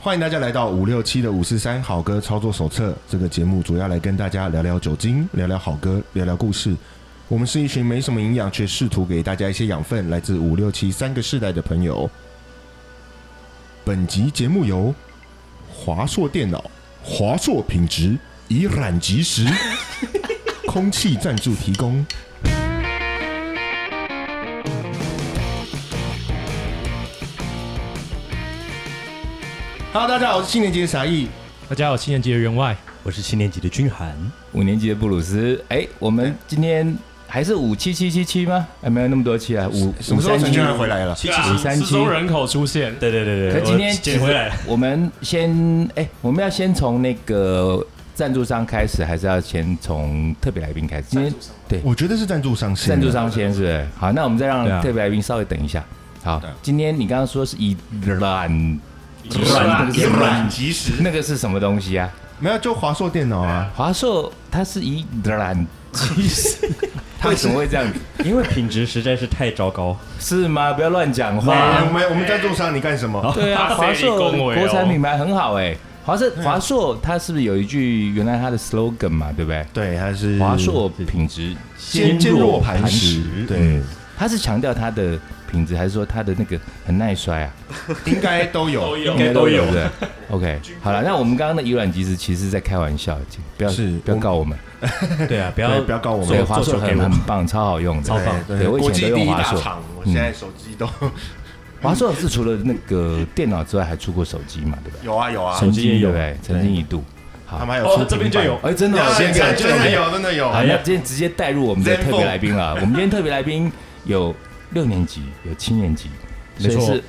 欢迎大家来到567的543好歌操作手册。这个节目主要来跟大家聊聊酒精，聊聊好歌，聊聊故事。我们是一群没什么营养，却试图给大家一些养分，来自567三个世代的朋友。本集节目由华硕电脑、华硕品质以染即时空气赞助提供。Hello， 大家好，我是7年级的傻义。 大家好，7年级的员外， 我是7年级的君涵 ，5年级的布鲁斯。我们今天还是57777吗？没有那么多期啊， 什么时候陈俊涵回来了 ？537，失踪人口出现。 对。 可今天捡回来了。 我们要先从那个赞助商开始，还是要先从特别来宾开始？今天对， 我觉得是赞助商先。 赞助商先是不是？好，那我们再让特别来宾稍微等一下。好，今天你刚刚说是以染即时， 那个是什么东西啊？ 没有，就华硕电脑啊。 华硕它是以染即时，它为什么会这样子？ 因为品质实在是太糟糕， 是吗？不要乱讲话。 我们赞助商，你干什么？ 对啊，华硕国产品牌很好哎。华硕它是不是有一句原来它的 slogan 嘛？对不对？ 对，它是华硕品质坚若磐石。对， 它是强调它的品质，还是说它的那个很耐摔啊？ 应该都有， 应该都有的。OK， 好了，那我们刚刚的以软即时其实在开玩笑，不要告我们。 对啊，不要告我们。对，华硕很棒，超好用的， 超棒。 对，我以前都用华硕。 我现在手机都。 华硕是除了那个电脑之外，还出过手机嘛？对不对？ 有啊， 手机也有，对，曾经一度。 好，他们还有这边就有， 真的， 真的有。 好，那今天直接带入我们的特别来宾了。我们今天特别来宾有6年级，有7年级，所以是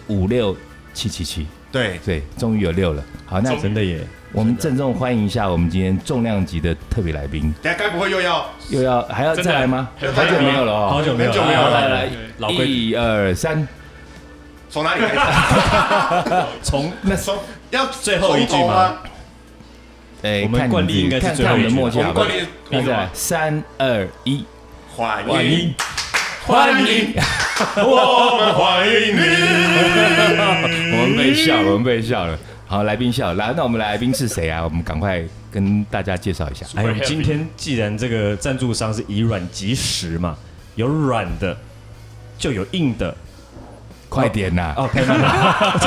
56777。对，终于有6了。好，那真的耶， 我们郑重欢迎一下我们今天重量级的特别来宾。 等下该不会又要还要再来吗？好久没有了哦， 好久没有了。来，1、2、3。 从哪里开始？ 从要最后一句吗？我们惯例应该是最后一句。 默契好不好？那再来3、2、1， 欢迎， 我们欢迎你。我们被笑了。好，来宾笑了。那我们来宾是谁啊？我们赶快跟大家介绍一下。 我们今天既然这个赞助商是以软即时嘛，有软的就有硬的。 快点呐！ 太慢了，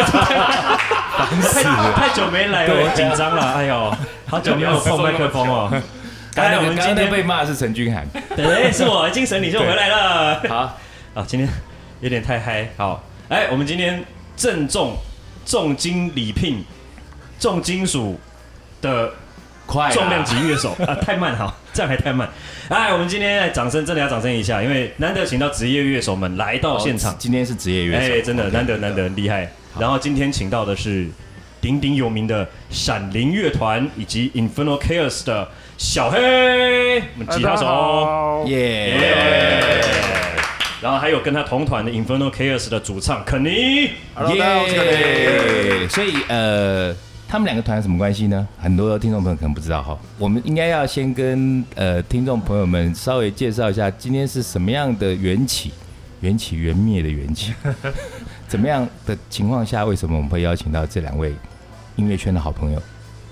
太久没来了，我紧张了。哎呦，好久没有碰麦克风哦。 我们今天被骂的是陈君涵， 对，是我精神领袖回来了。好，今天有点太嗨。好，我们今天郑重重金礼聘重金属的重量级乐手啊，太慢，好，这样还太慢。我们今天真的要掌声一下，因为难得请到职业乐手们来到现场。 今天是职业乐手， 真的难得厉害。然后今天请到的是鼎鼎有名的闪灵乐团以及 Infernal Chaos 的小黑，我们吉他手，耶！然后还有跟他同团的 Infernal Chaos 的主唱肯尼， 耶！所以他们2个团有什么关系呢？很多听众朋友可能不知道哈。我们应该要先跟听众朋友们稍微介绍一下，今天是什么样的缘起缘灭的缘起，怎么样的情况下，为什么我们会邀请到这2位音乐圈的好朋友？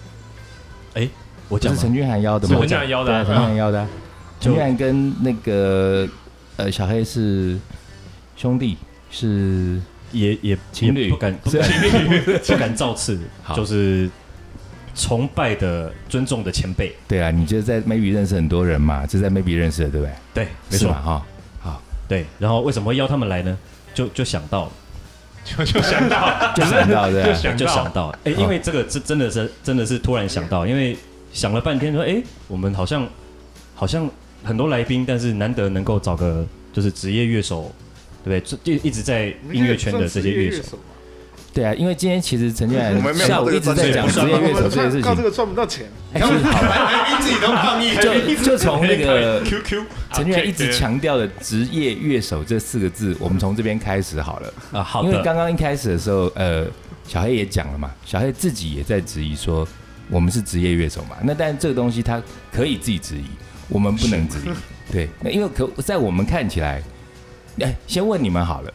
我讲是陈君涵邀的吗？ 陈君涵邀的， 陈君涵邀的。陈君涵跟那个小黑是兄弟，是。 也情侣不敢造次，就是崇拜的、尊重的前輩。 对啊，你就在 maybe 认识很多人嘛，就在 maybe 认识的，对不对？ 对，没错哈。好， 对。然后为什么会邀他们来呢？就想到了， 就想到， 对， 就想到。因为这个是真的是突然想到，因为想了半天说，我们好像很多来宾，但是难得能够找个就是职业乐手。对不对？一直在音乐圈的这些乐手， 对啊，因为今天其实陈俊涵下午一直在讲职业乐手这件事情， 靠这个赚不到钱。 你自己都抗议， 就从那个 QQ 陈俊涵一直强调的职业乐手这4个字，我们从这边开始好了啊。好的， 因为刚刚一开始的时候，小黑也讲了嘛，小黑自己也在质疑说我们是职业乐手嘛，那但这个东西他可以自己质疑，我们不能质疑。对，那因为在我们看起来。先问你们好了，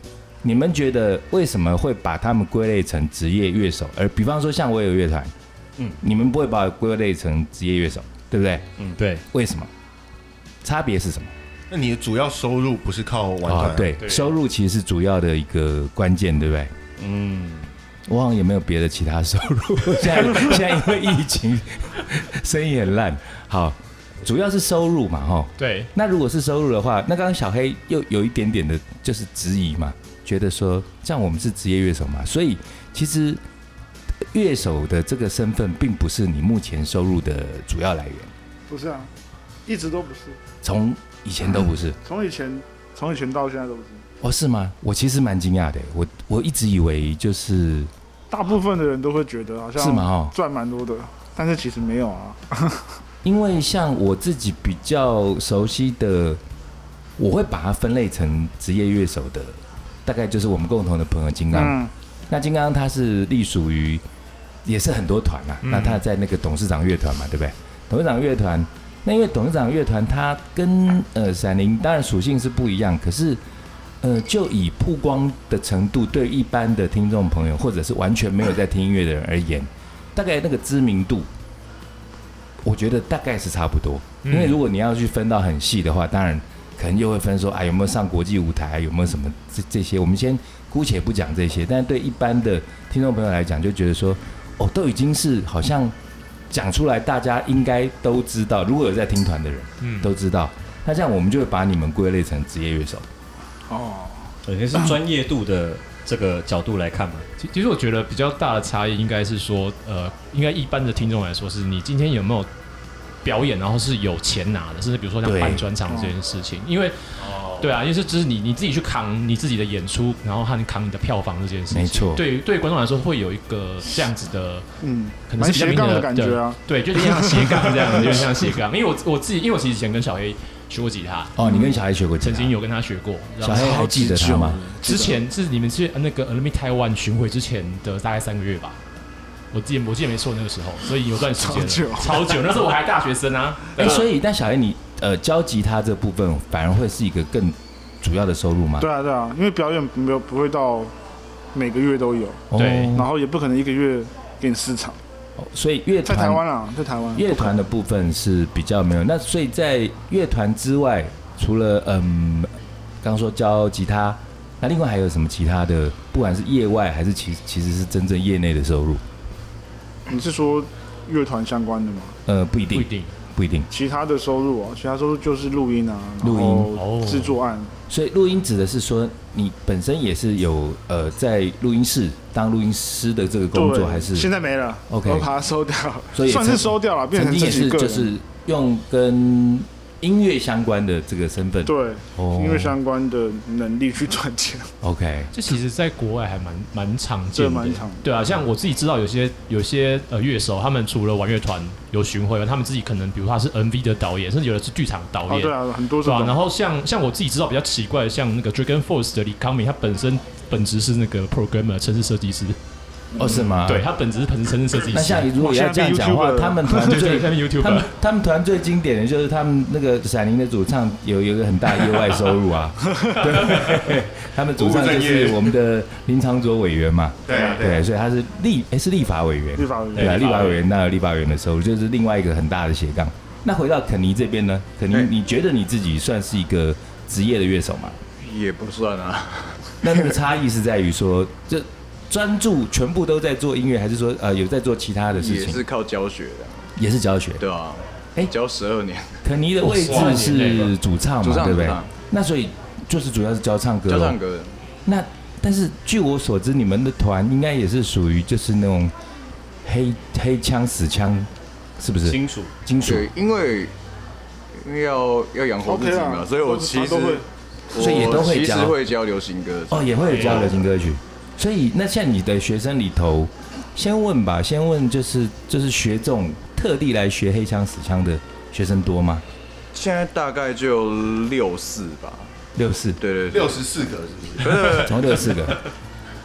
你们觉得为什么会把他们归类成职业乐手？而比方说像我有乐团，你们不会把我归类成职业乐手，对不对？ 对。 为什么？差别是什么？ 那你的主要收入不是靠玩团？ 对，收入其实是主要的一个关键，对不对？我好像也没有别的其他收入。现在因为疫情，生意很烂。好，主要是收入嘛，哈。 对。 那如果是收入的话，那刚刚小黑又有一点点的，就是质疑嘛，觉得说，像我们是职业乐手嘛，所以其实乐手的这个身份并不是你目前收入的主要来源。 不是啊，一直都不是。 从以前都不是。 从以前到现在都不是。 哦，是吗？我其实蛮惊讶的，我一直以为就是大部分的人都会觉得好像是吗？ 赚蛮多的，但是其实没有啊。 因为像我自己比较熟悉的，我会把它分类成职业乐手的，大概就是我们共同的朋友金刚。那金刚他是隶属于也是很多团啊，那他在那个董事长乐团嘛，对不对？董事长乐团，那因为董事长乐团它跟闪灵当然属性是不一样，可是就以曝光的程度，对一般的听众朋友或者是完全没有在听音乐的人而言，大概那个知名度，我觉得大概是差不多。因为如果你要去分到很细的话，当然可能又会分说有没有上国际舞台，有没有什么这些，我们先姑且不讲这些。但是对一般的听众朋友来讲，就觉得说都已经是好像讲出来，大家应该都知道。如果有在听团的人，都知道。那这样我们就会把你们归类成职业乐手。 对，是专业度的这个角度来看嘛。 其实我觉得比较大的差异应该是说，应该一般的听众来说，是你今天有没有表演，然后是有钱拿的，甚至比如说像办专场这件事情，因为对啊，因为就是你自己去扛你自己的演出，然后和你扛你的票房这件事情， 没错。 对观众来说会有一个这样子的，可能是斜杠的感觉啊。 对，就是像斜杠这样子，有点像斜杠。因为我自己，因为我其实以前跟小黑学过吉他。 你跟小黑学过吉他？ 曾经有跟他学过。 小黑还记得他吗？ 之前是你们去那个 Alameda 台湾巡回之前的大概3个月吧。我记得没错，那个时候，所以有段时间超久，那时候我还大学生啊。 所以但小黑你教吉他这部分反而会是一个更主要的收入吗？ 对啊，因为表演不会到每个月都有， 对， 然后也不可能一个月给你4场。 所以乐团在台湾啦，在台湾乐团的部分是比较没有。那所以在乐团之外，除了刚说教吉他，那另外还有什么其他的？不管是业外还是其实是真正业内的收入？ 你是说乐团相关的吗？ 不一定。 其他的收入其他收入就是录音啊，然后制作案。 所以录音指的是说，你本身也是有在录音室当录音师的这个工作，还是现在没了 ？OK， 我把它收掉， 所以算是收掉了，变成自己个人。 就是用跟音乐相关的这个身份， 对，音乐相关的能力去赚钱。 OK， 这其实在国外还蛮常见的， 蛮常。 对啊，像我自己知道有些乐手，他们除了玩乐团有巡回，他们自己可能比如他是 MV 的导演，甚至有的是剧场导演。 对啊，很多是吧？然后像我自己知道比较奇怪的，像那个 Dragon Force 的李康美，他本质是那个 programmer 程式设计师。 是吗？ 对，他本质是程式设计师。 那像如果要这样讲的话，他们团最经典的就是他们那个闪灵的主唱有一个很大的业外收入啊。对，他们主唱就是我们的林长佐委员嘛。对，所以他是立法委员。对啊，立法委员那有立法委员的收入，就是另外一个很大的斜杠。那回到肯尼这边呢？肯尼，你觉得你自己算是一个职业的乐手吗？ 也不算啊。 那个差异是在于说，就专注全部都在做音乐，还是说有在做其他的事情？ 也是靠教学的， 也是教学。 对啊，教12年。 肯尼的位置是主唱嘛，对不对？那所以就是主要是教唱歌。 教唱歌的。 那但是据我所知，你们的团应该也是属于就是那种黑枪死枪，是不是？ 金属。 对，因为要养活自己嘛，所以我其实所以也都会教， 其实会教流行歌。 也会教流行歌曲。所以，那像你的学生里头，先问就是学这种特地来学黑枪死枪的学生多吗？ 现在大概就64吧。 64， 对，64 个是不是？ 总共64个。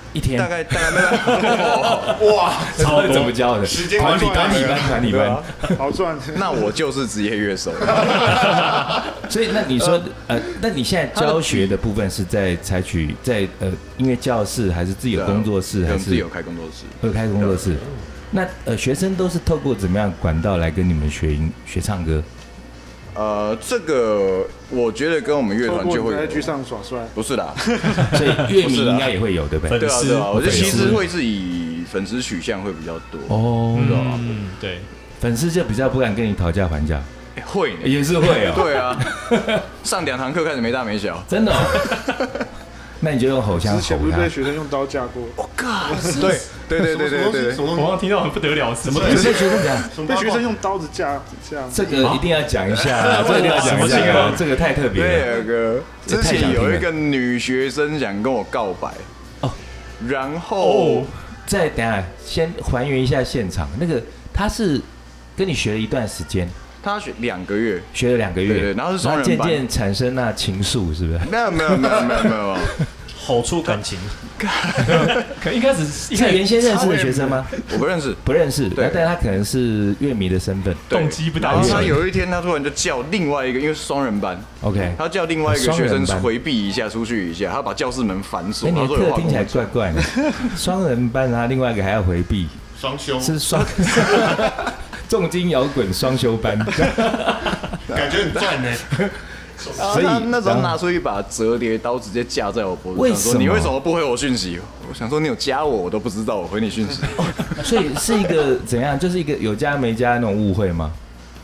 一天大概没有哇， 超怎么教的？ 时间团体班， 好赚。 那我就是职业乐手。 所以那你说那你现在教学的部分是在采取在音乐教室，还是自己有工作室，还是自己有开工作室？ 有开工作室。那学生都是透过怎么样管道来跟你们学唱歌？ 这个我觉得跟我们乐团就会在剧上耍帅， 不是啦， 所以乐迷应该也会有，对不对？ 对啊，对啊，我觉得其实会是以粉丝取向会比较多哦， 对， 粉丝就比较不敢跟你讨价还价， 会也是会哦， 对啊，上2堂课开始没大没小， 真的。那你就用吼腔吼他。 之前不是被学生用刀架过？ 我靠，对， 我刚刚听到很不得了，什么？ 被学生怎样？ 被学生用刀子架， 这个一定要讲一下，这个一定要讲一下，这个太特别了。 哥，之前有一个女学生想跟我告白，然后再等下先还原一下现场，那个他是跟你学了一段时间。 他学2个月， 学了2个月， 对，然后是双人班， 渐渐产生那情愫，是不是？ 没有， 吼出感情。 可一开始是原先认识的学生吗？ 我不认识， 但他可能是乐迷的身份， 动机不单纯。 然后他有一天，他突然就叫另外一个，因为是双人班 ，OK， 他叫另外一个学生回避一下，出去一下，他把教室门反锁。 你的课听起来怪怪的，双人班，然后另外一个还要回避， 双修是双。重金摇滚双修班， 感觉很赚呢。 所以他那时候拿出一把折叠刀，直接架在我脖子上，说：“你为什么不回我讯息？”我想说：“你有加我都不知道，我回你讯息。” 所以是一个怎样？就是一个有加没加那种误会吗？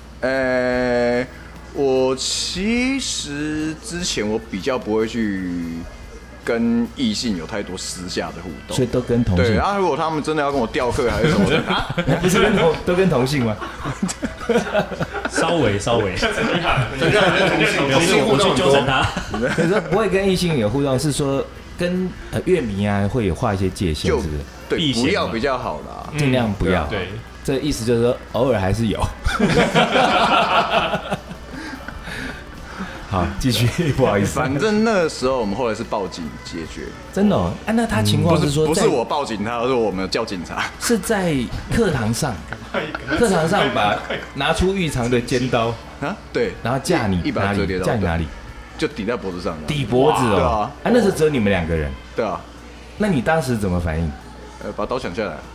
我其实之前我比较不会去跟异性有太多私下的互动， 所以都跟同性。 对啊，如果他们真的要跟我调课还是什么的啊， 不是都跟同性吗？ 稍微， 很厉害，同性互动我去纠正他。 可是不会跟异性有互动，是说跟乐迷啊会有画一些界限，是不是？ 对，不要比较好啦， 尽量不要。 对， 这意思就是说偶尔还是有。好，继续，不好意思。 反正那时候我们后来是报警解决。 真的哦？那他情况是说， 不是我报警他，而是我们叫警察。 是在课堂上把拿出预藏的尖刀啊，对， 然后架你一把折叠刀， 架你哪里？ 就抵在脖子上。 抵脖子哦。 对啊。 那时候只有你们2个人。 对啊。 那你当时怎么反应？ 把刀抢下来。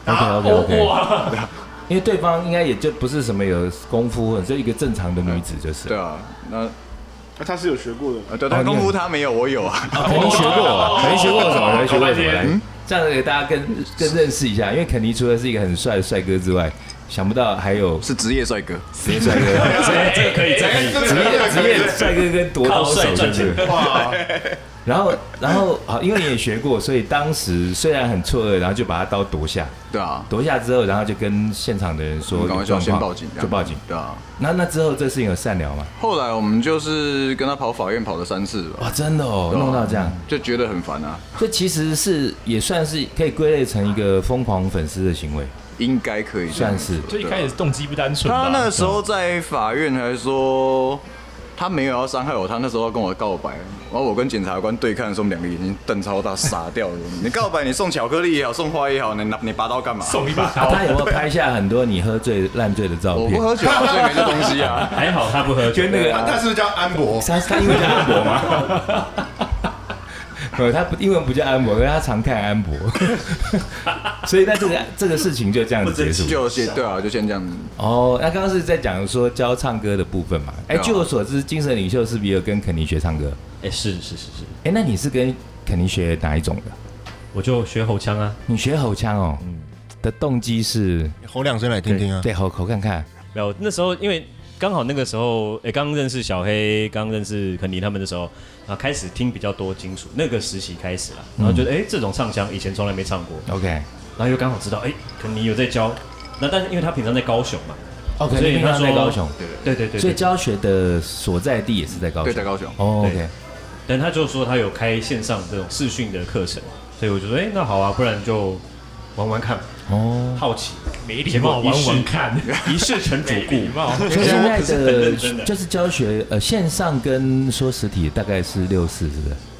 OK。因为对方应该也就不是什么有功夫，就一个正常的女子就是。 对啊，那他是有学过的。 对，功夫他没有，我有啊。 肯定学过，肯定学过什么？来，这样给大家更认识一下。因为肯尼除了是一个很帅的帅哥之外，想不到还有是职业帅哥。 职业帅哥， 这个可以， 职业帅哥跟夺刀手是不是？哇！然后好，因为你也学过，所以当时虽然很错愕，然后就把他刀夺下。 对啊。 夺下之后，然后就跟现场的人说， 赶快就先报警， 就报警。 对啊。 那之后这事情有善了吗？ 后来我们就是跟他跑法院跑了3次吧。 哇，真的哦，弄到这样， 就觉得很烦啊。 这其实是也算是可以归类成一个疯狂粉丝的行为。 应该可以算是， 就一开始动机不单纯。 他那时候在法院还说他没有要伤害我，他那时候要跟我告白，然后我跟检察官对看的时候，我们2个眼睛瞪超大，傻掉了。你告白，你送巧克力也好，送花也好，你拔刀干嘛？ 送一把刀。 他有没有拍下很多你喝醉烂醉的照片？ 我不喝酒，所以没这东西啊。 还好他不喝酒。 跟那个他是不是叫安博？ 他英文叫安博吗？他英文不叫安博，因为他常看安博，所以那这个事情就这样子结束。 就先对啊，就先这样子。 哦，那刚刚是在讲说教唱歌的部分嘛？据我所知，精神领袖是不是也有跟肯尼学唱歌？ 是。 那你是跟肯尼学哪一种的？ 我就学吼腔啊。 你学吼腔哦？的动机是吼2声来听听啊。 对，吼看看。 没有，那时候因为刚好那个时候，刚认识小黑，刚认识肯尼他们的时候。然后开始听比较多金属，那个时期开始了，然后觉得这种唱腔以前从来没唱过 ，OK， 然后又刚好知道肯尼有在教，那但是因为他平常在高雄嘛 ，OK， 所以他在高雄， 对， 所以教学的所在地也是在高雄， 对，在高雄， 哦 ，OK， 但他就说他有开线上这种视讯的课程，所以我就说那好啊，不然就玩玩看，好奇。 没礼貌，玩看， 一试成主顾。 所以现在的就是教学，线上跟说实体大概是6:4，是不是？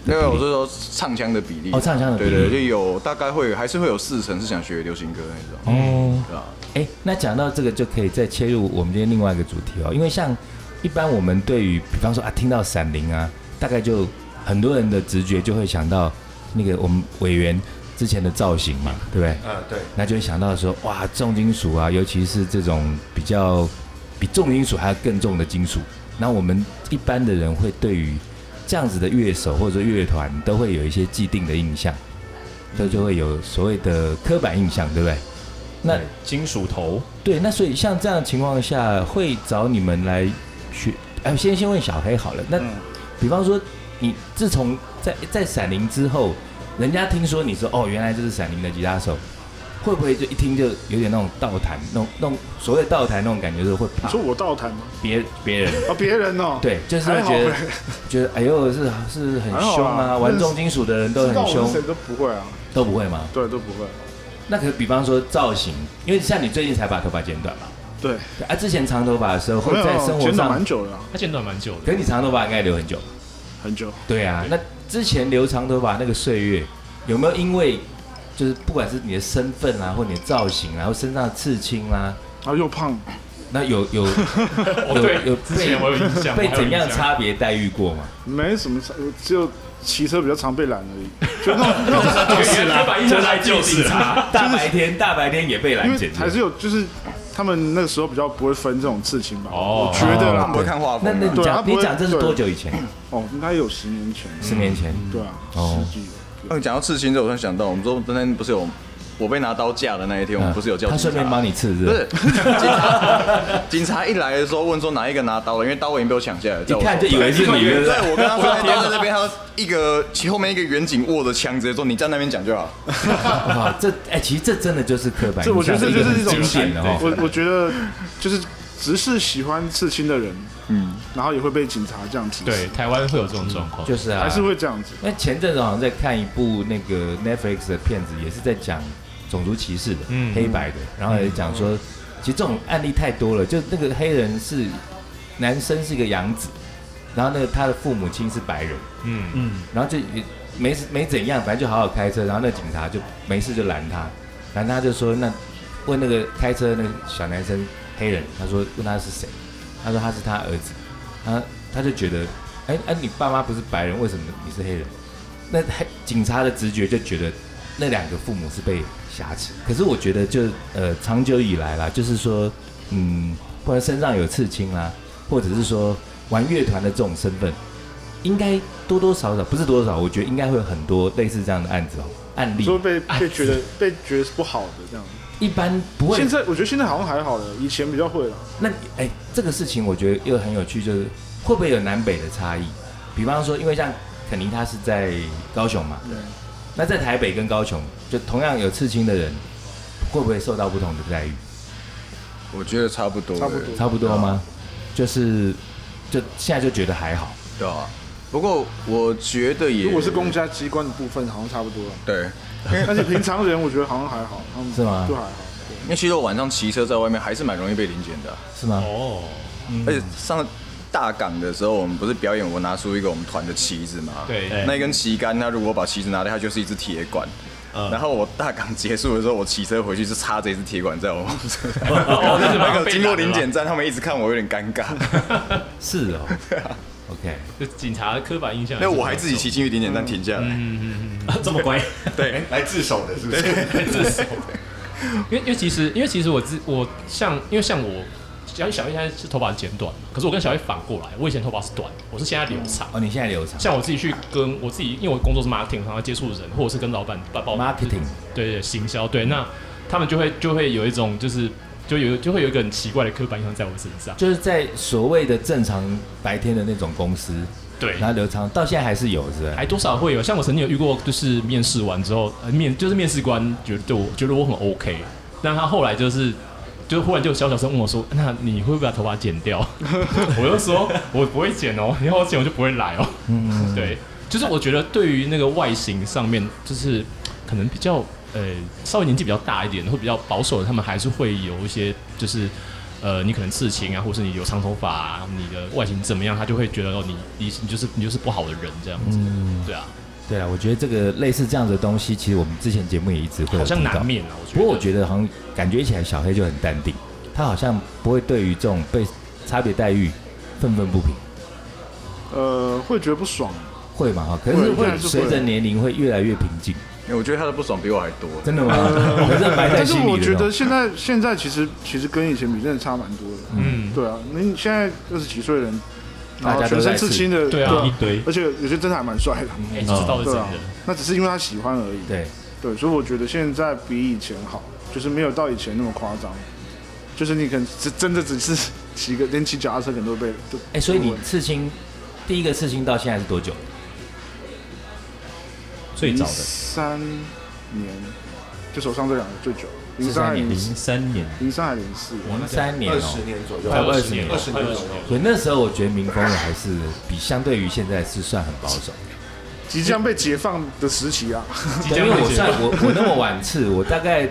因为我是说唱腔的比例， 唱腔的比例， 对，就有大概还是会有40%是想学流行歌那种。哦，对吧？ 那讲到这个就可以再切入我们今天另外一个主题因为像一般我们对于比方说听到闪灵大概就很多人的直觉就会想到那个我们委员之前的造型嘛，对不对？ 对。 那就会想到说，哇，重金属尤其是这种比较比重金属还要更重的金属，那我们一般的人会对于这样子的乐手或者乐团都会有一些既定的印象，就会有所谓的刻板印象，对不对？那金属头， 对，那所以像这样的情况下，会找你们来学。先问小黑好了。那比方说，你自从在闪灵之后，人家听说你说原来这是闪灵的吉他手，会不会就一听就有点那种倒弹，那种所谓倒弹那种感觉，就是会怕？ 你说我倒弹吗？ 别人别人对，就是会觉得哎呦是很凶玩重金属的人都很凶， 谁都不会都不会吗？ 对，都不会。 那可比方说造型，因为像你最近才把头发剪短嘛。 对。 之前长头发的时候，会在生活上剪短蛮久了。 他剪短蛮久的。 可是你长头发应该留很久。 很久。 对啊，那之前留长头发那个岁月，有没有因为就是不管是你的身份或你的造型或身上的刺青然后又胖， 那有之前我有印象， 被怎样差别待遇过吗？ 没什么，只有骑车比较常被拦而已，就那种就是啦，就是啦， 大白天也被拦截， 还是有就是他们那个时候比较不会分这种刺青吧？我觉得啦， 不会看画风。 那你讲这是多久以前？ 应该有10年前。 10年前， 对啊，10几了。 讲到刺青，我突然想到，我们说那天不是有我被拿刀架的那一天，我们不是有叫警察？ 他顺便帮你刺， 不是警察一来的时候问说哪一个拿刀了，因为刀已经被我抢下来了， 一看就以为是你。 对，我跟他说刀在那边，他后面一个远景握着枪，直接说你站那边讲就好。 其实这真的就是刻板印象， 我觉得这就是一种经典的我觉得就是只是喜欢刺青的人，然后也会被警察这样子。 对，台湾会有这种状况， 就是还是会这样子。 那前阵子好像在看一部那个 Netflix 的片子，也是在讲种族歧视的，黑白的，然后也讲说，其实这种案例太多了。就那个黑人是男生是一个养子，然后那个他的父母亲是白人，然后就没怎样，反正就好好开车，然后那个警察就没事就拦他就说那问那个开车那个小男生黑人，他说问他是谁，他说他是他儿子，他就觉得你爸妈不是白人，为什么你是黑人？那警察的直觉就觉得那两个父母是被挟持。可是我觉得就长久以来啦，就是说不然身上有刺青啦，或者是说玩乐团的这种身份，应该多多少少不是多少，我觉得应该会有很多类似这样的案例， 说被觉得是不好的这样。 一般不会。 我觉得现在好像还好了，以前比较会了。 那这个事情我觉得又很有趣，就是会不会有南北的差异？比方说，因为像肯尼他是在高雄嘛， 对。 那在台北跟高雄，就同样有刺青的人，会不会受到不同的待遇？ 我觉得差不多。 差不多吗？就现在就觉得还好。 对啊。不过我觉得如果是公家机关的部分，好像差不多了。 对。 而且平常人我觉得好像还好， 是吗？ 就还好。 因为其实我晚上骑车在外面还是蛮容易被临检的。 是吗？ 而且上大港的时候，我们不是表演，我拿出一个我们团的旗子嘛。 对。 那一根旗杆，他如果把旗子拿掉，它就是一支铁管。然后我大港结束的时候，我骑车回去是插着一支铁管在我车上。那个经过临检站，他们一直看我有点尴尬。 是哦。 对啊。 OK， 就警察的刻板印象。 那我还自己骑进去临检站停下来。 这么乖。 对，来自首的是不是？ 来自首。因为其实我像我。小叶现在是头发剪短，可是我跟小叶反过来，我以前头发是短，我是现在留长。 你现在留长。 像我自己去跟我自己，因为我工作是 marketing， 常常接触人，或者是跟老板报 marketing， 对行销，对，那他们就会有一种就会有一个很奇怪的刻板印象在我身上， 就是在所谓的正常白天的那种公司， 对， 然后留长到现在还是有，是不是？ 还多少会有，像我曾经有遇过，就是面试完之后，面试官觉得我很 OK， 但他后来就忽然就小声问我说：“那你会不会把头发剪掉？”我就说：“我不会剪哦，你要我剪我就不会来哦。”对，就是我觉得对于那个外形上面，就是可能比较稍微年纪比较大一点或比较保守的，他们还是会有一些就是你可能刺青啊，或是你有长头发啊，你的外形怎么样，他就会觉得你就是不好的人这样子。对啊。 对了，我觉得这个类似这样的东西，其实我们之前节目也一直会有好像提到难免啊。 不过我觉得好像感觉起来小黑就很淡定，他好像不会对于这种被差别待遇愤愤不平。 会觉得不爽。 会嘛哈？可是会随着年龄会越来越平静。 我觉得他的不爽比我还多。 真的吗？可是埋在心里的。 但是我觉得现在其实跟以前比真的差蛮多的。对啊，你现在20几岁的人。然后全身刺青的， 对啊，一堆， 而且有些真的还蛮帅的， 知道是真的。 那只是因为他喜欢而已。对，所以我觉得现在比以前好，就是没有到以前那么夸张。就是你可能真的只是连骑脚踏车可能都被。 所以你刺青第一个刺青到现在是多久？ 最早的 3年，就手上这2个最久。 03年 03年 ，03还是04？03 年 ，20年左右， 快20年左右。 所以那时候我觉得民风还是比相对于现在是算很保守。 即将被解放的时期啊！ 因为我那么晚刺，我大概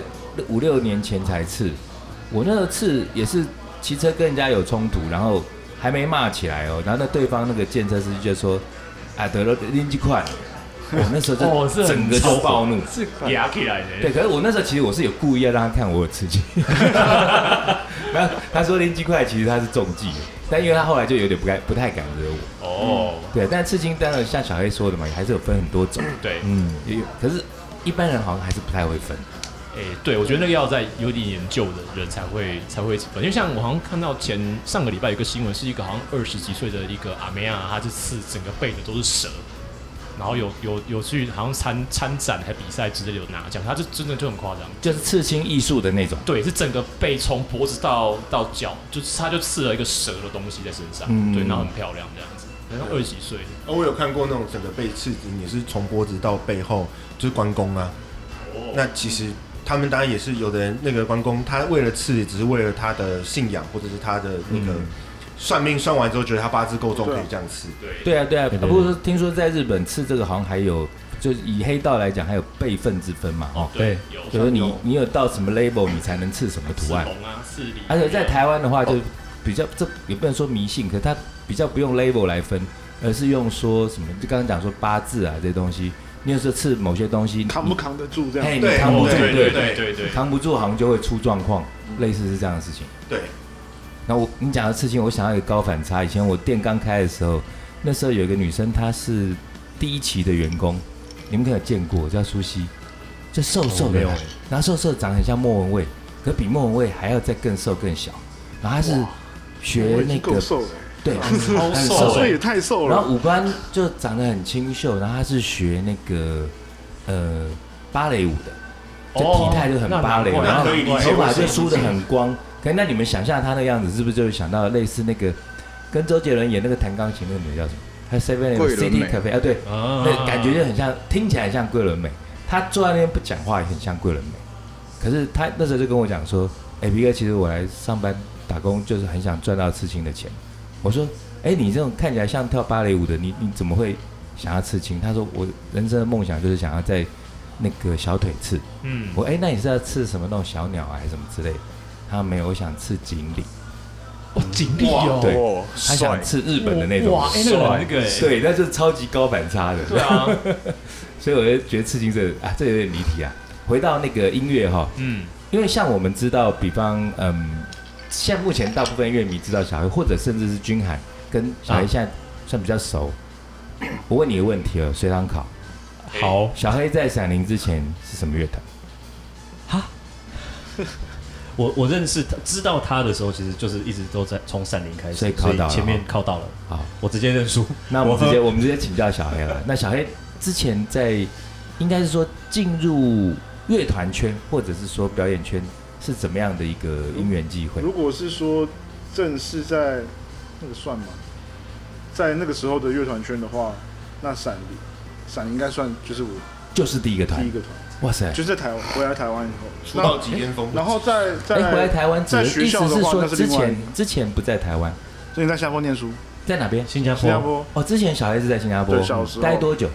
5、6年前才刺。我那个刺也是骑车跟人家有冲突，然后还没骂起来哦，然后那对方那个建车司机就说：“啊，得了，拎几块。”我那时候就整个就暴怒， 是压起来的。 对，可是我那时候其实我是有故意要让他看我有刺青。然后他说拎几块，其实他是中计的，但因为他后来就有点不太敢惹我。对，但刺青当然像小黑说的嘛，还是有分很多种。 对， 可是一般人好像还是不太会分。 对，我觉得那个要在有点研究的人才会分，因为像我好像看到上个礼拜有一个新闻，是一个好像20几岁的一个阿妹啊，她是刺整个背的都是蛇。然后有去好像参展还比赛之类有拿奖，他就真的就很夸张， 就是刺青艺术的那种。 对，是整个背从脖子到脚，他就刺了一个蛇的东西在身上，对，然后很漂亮这样子，好像20几岁的。 我有看过那种整个被刺青，也是从脖子到背后，就是关公啊。那其实他们当然也是有的人，那个关公他为了刺，只是为了他的信仰或者是他的那个。算命算完之后，觉得他八字够重，可以这样刺。 对啊。不过听说在日本刺这个好像还有，就是以黑道来讲，还有辈分之分嘛。 对， 就是你有到什么 label， 你才能刺什么图案。 刺梨。 而且在台湾的话，就比较这也不能说迷信，可它比较不用 label 来分，而是用说什么，就刚刚讲说八字啊这些东西，你有时候刺某些东西， 扛不扛得住这样？ 你扛不住， 对， 扛不住好像就会出状况，类似是这样的事情。 对。 然后你讲的刺青，我想到一个高反差。以前我店刚开的时候，那时候有一个女生，她是第一期的员工，你们可能有见过，叫苏西，就瘦瘦的，然后瘦长得很像莫文蔚，可比莫文蔚还要再更瘦更小。然后她是学那个，对， 很瘦，所以也太瘦了。 然后五官就长得很清秀，然后她是学那个芭蕾舞的，就体态就很芭蕾，然后头发就梳得很光。可那你们想象他那个样子，是不是就想到类似那个跟周杰伦演那个弹钢琴那个女叫什么？还有 Seven City Cafe 啊，对，那感觉就很像，听起来很像桂纶镁。他坐在那边不讲话也很像桂纶镁。可是他那时候就跟我讲说：“皮哥，其实我来上班打工就是很想赚到刺青的钱。”我说：“你这种看起来像跳芭蕾舞的，你怎么会想要刺青？”他说：“我人生的梦想就是想要在那个小腿刺。”我那你是要刺什么那种小鸟啊，还是什么之类的？他没有，我想刺锦鲤。 锦鲤哦， 对，他想刺日本的那种。 哇，那个对，那就是超级高反差的。 对啊， 所以我就觉得刺青这有点离题啊。回到那个音乐哈，因为像我们知道，比方像目前大部分乐迷知道小黑，或者甚至是君涵跟小黑现在算比较熟。我问你一个问题了，随堂考。 好， 小黑在闪灵之前是什么乐团？ 哈？我认识他，知道他的时候，其实就是一直都在从闪灵开始， 所以考到了， 前面考到了。好，我直接认输。 那我们直接请教小黑了。那小黑之前在应该是说进入乐团圈，或者是说表演圈，是怎么样的一个因缘际会？ 如果是说正式在那个算吗？在那个时候的乐团圈的话，那闪灵应该算就是第一个团。哇塞！ 就是在台湾回来台湾以后出道即巅峰， 然后在回来台湾， 在学校的话，那是另外之前不在台湾， 之前在新加坡念书， 在哪边？ 新加坡。 哦，之前小孩子在新加坡， 对，小时候待多久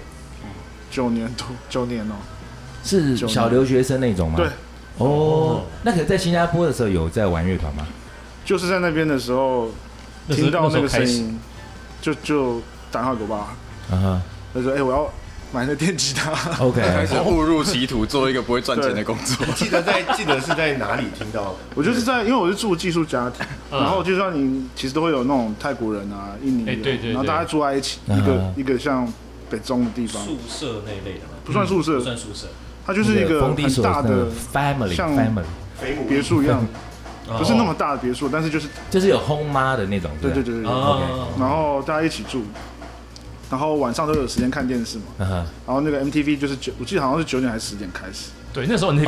？9年哦。 是小留学生那种吗？ 对。 哦，那可是在新加坡的时候有在玩乐团吗？ 就是在那边的时候听到那个声音，就打电话给我爸，他说：“我要买那电吉他。” OK， 开始误入歧途，做一个不会赚钱的工作。 记得是在哪里听到的？ 我就是因为我是住寄宿家庭，然后就像你其实都会有那种泰国人啊、印尼人， 对， 然后大家住在一起，一个像北中的地方， 宿舍那一类的吗？ 不算宿舍， 不算宿舍， 它就是一个很大的 family， 像别墅一样。不是那么大的别墅，但是就是有轰妈的那种。对。 然后大家一起住，然后晚上都有时间看电视嘛。然后那个 MTV 就是我记得好像是9点还是10点开始。 对，那时候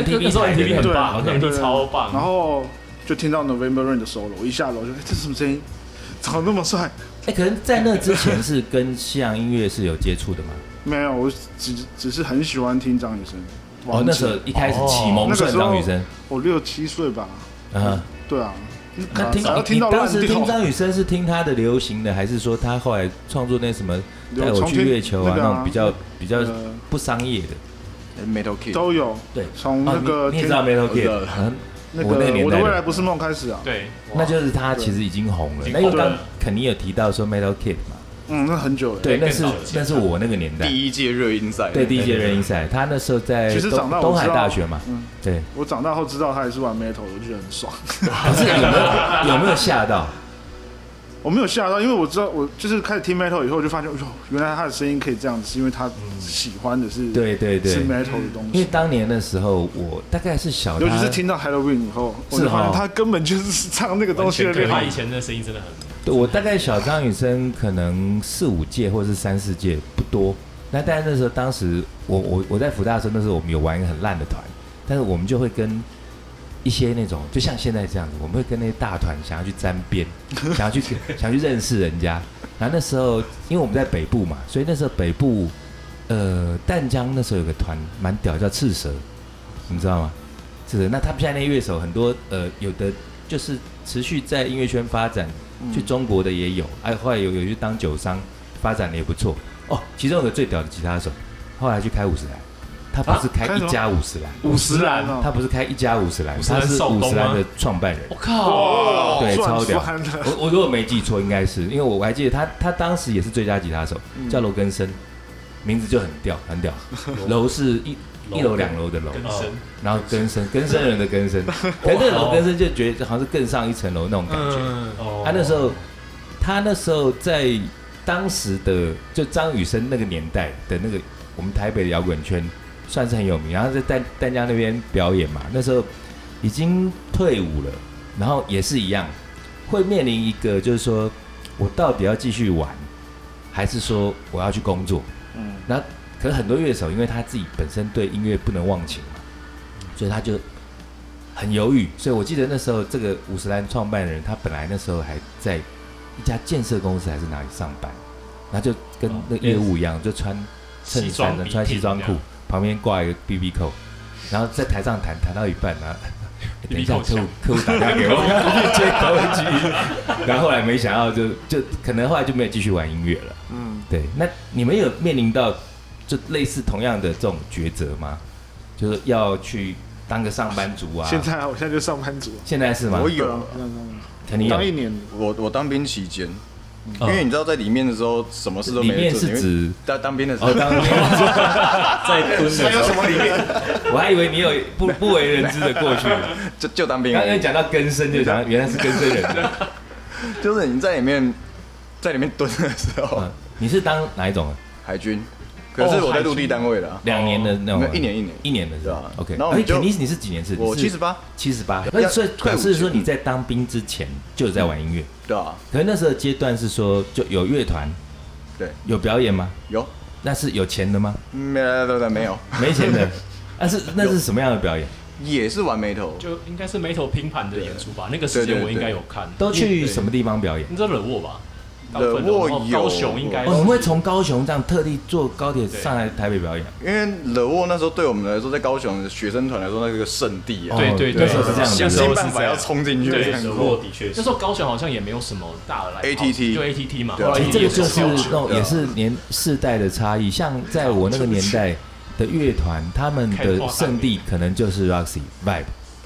MTV 很棒，MTV 超棒。 然后就听到 November Rain 的 solo， 我一下楼就这是什么声音？怎么那么帅？ 可能在那之前是跟西洋音乐是有接触的吗？ 没有，我只是很喜欢听张雨生。 那时候一开始启蒙算张雨生， 我6、7岁吧。对啊， 那你当时听张雨生是听他的流行的，还是说他后来创作那什么带我去月球啊那种比较不商业的 Metal Kid 都有？ 对， 从那个你也知道 Metal Kid， 我那个年代我的未来不是梦开始啊， 对， 那就是他其实已经红了。那因为刚肯尼有提到说 Metal Kid 嘛。 那很久了。 对，那是我那个年代第一届热音赛。 对，第一届热音赛，他那时候在东海大学嘛。对。我长大后知道他也是玩 metal， 我就觉得很爽。 可是有没有吓到？ 我没有吓到，因为我知道我就是开始听 metal 以后，就发现原来他的声音可以这样子，是因为他喜欢的是对是 metal 的东西。 因为当年的时候，我大概是小， 尤其是听到 Halloween 以后，我就发现他根本就是唱那个东西的。 他以前的声音真的很。 对，我大概小张雨生可能4、5届或者是3、4届不多。但是那时候当时我在福大的时候，那时候我们有玩一个很烂的团，但是我们就会跟一些那种就像现在这样子，我们会跟那些大团想要去沾边，想要去认识人家。然后那时候因为我们在北部嘛，所以那时候北部淡江那时候有个团蛮屌叫赤蛇，你知道吗？赤蛇，那他们现在那乐手很多有的就是持续在音乐圈发展。去中国的也有，后来有去当酒商，发展的也不错。其中有个最屌的吉他手，后来去开50兰，他不是开一家50兰 ，50兰， 他不是开一家50兰，他是50兰的创办人。 我靠， 对，超屌。我如果没记错，应该是，因为我还记得他当时也是最佳吉他手，叫罗根生，名字就很屌，很屌。楼是1楼2楼的楼，然后根生人的根生，可是那楼根生就觉得好像是更上一层楼那种感觉。他那时候在当时的就张雨生那个年代的那个我们台北的摇滚圈算是很有名，然后在淡江那边表演嘛，那时候已经退伍了，然后也是一样会面临一个就是说我到底要继续玩，还是说我要去工作？那可是很多乐手，因为他自己本身对音乐不能忘情嘛，所以他就很犹豫。所以我记得那时候这个50兰创办人，他本来那时候还在一家建设公司还是哪里上班，然后就跟那业务一样，就穿衬衫、穿西装裤，旁边挂一个 BB 扣，然后在台上弹到一半啊，等一下客户打电话给我，要接口机，然后后来没想到就可能后来就没有继续玩音乐了。对，那你们有面临到就类似同样的这种抉择吗？就是要去当个上班族啊？ 我现在就上班族。 现在是吗？ 我有， 肯定有。 当1年， 我当兵期间，因为你知道在里面的时候什么事都没做。 里面是指当兵的时候。 当兵在蹲的时候。 还有什么里面？ 我还以为你有不为人知的过去。 就当兵。 刚刚讲到根生，就讲原来是根生人。 就是你在里面蹲的时候。 你是当哪一种？ 海军。可是我在陆地单位了 ，2年的那种， 一年的是吧 ？OK。 然后你是几年次？ 我78。 所以表示说你在当兵之前就有在玩音乐， 对啊。 可是那时候阶段是说就有乐团， 对， 有表演吗？ 有。 那是有钱的吗？ 没有， 没钱的。那是什么样的表演？ 也是玩 metal， 就应该是 metal 拼盘的演出吧。那个时间我应该有看。 都去什么地方表演？ 你知道惹沃吧？ 高雄应该你们会从高雄这样特地坐高铁上来台北表演？ 因为惹沃那时候对我们来说，在高雄的学生团来说，那是个圣地啊。 对， 那时候是这样， 想尽办法要冲进去。 惹沃的确， 那时候高雄好像也没有什么大的来 ATT， 就 ATT 嘛。 这个就是那种也是世代的差异。像在我那个年代的乐团，他们的圣地可能就是 Roxy Vibe。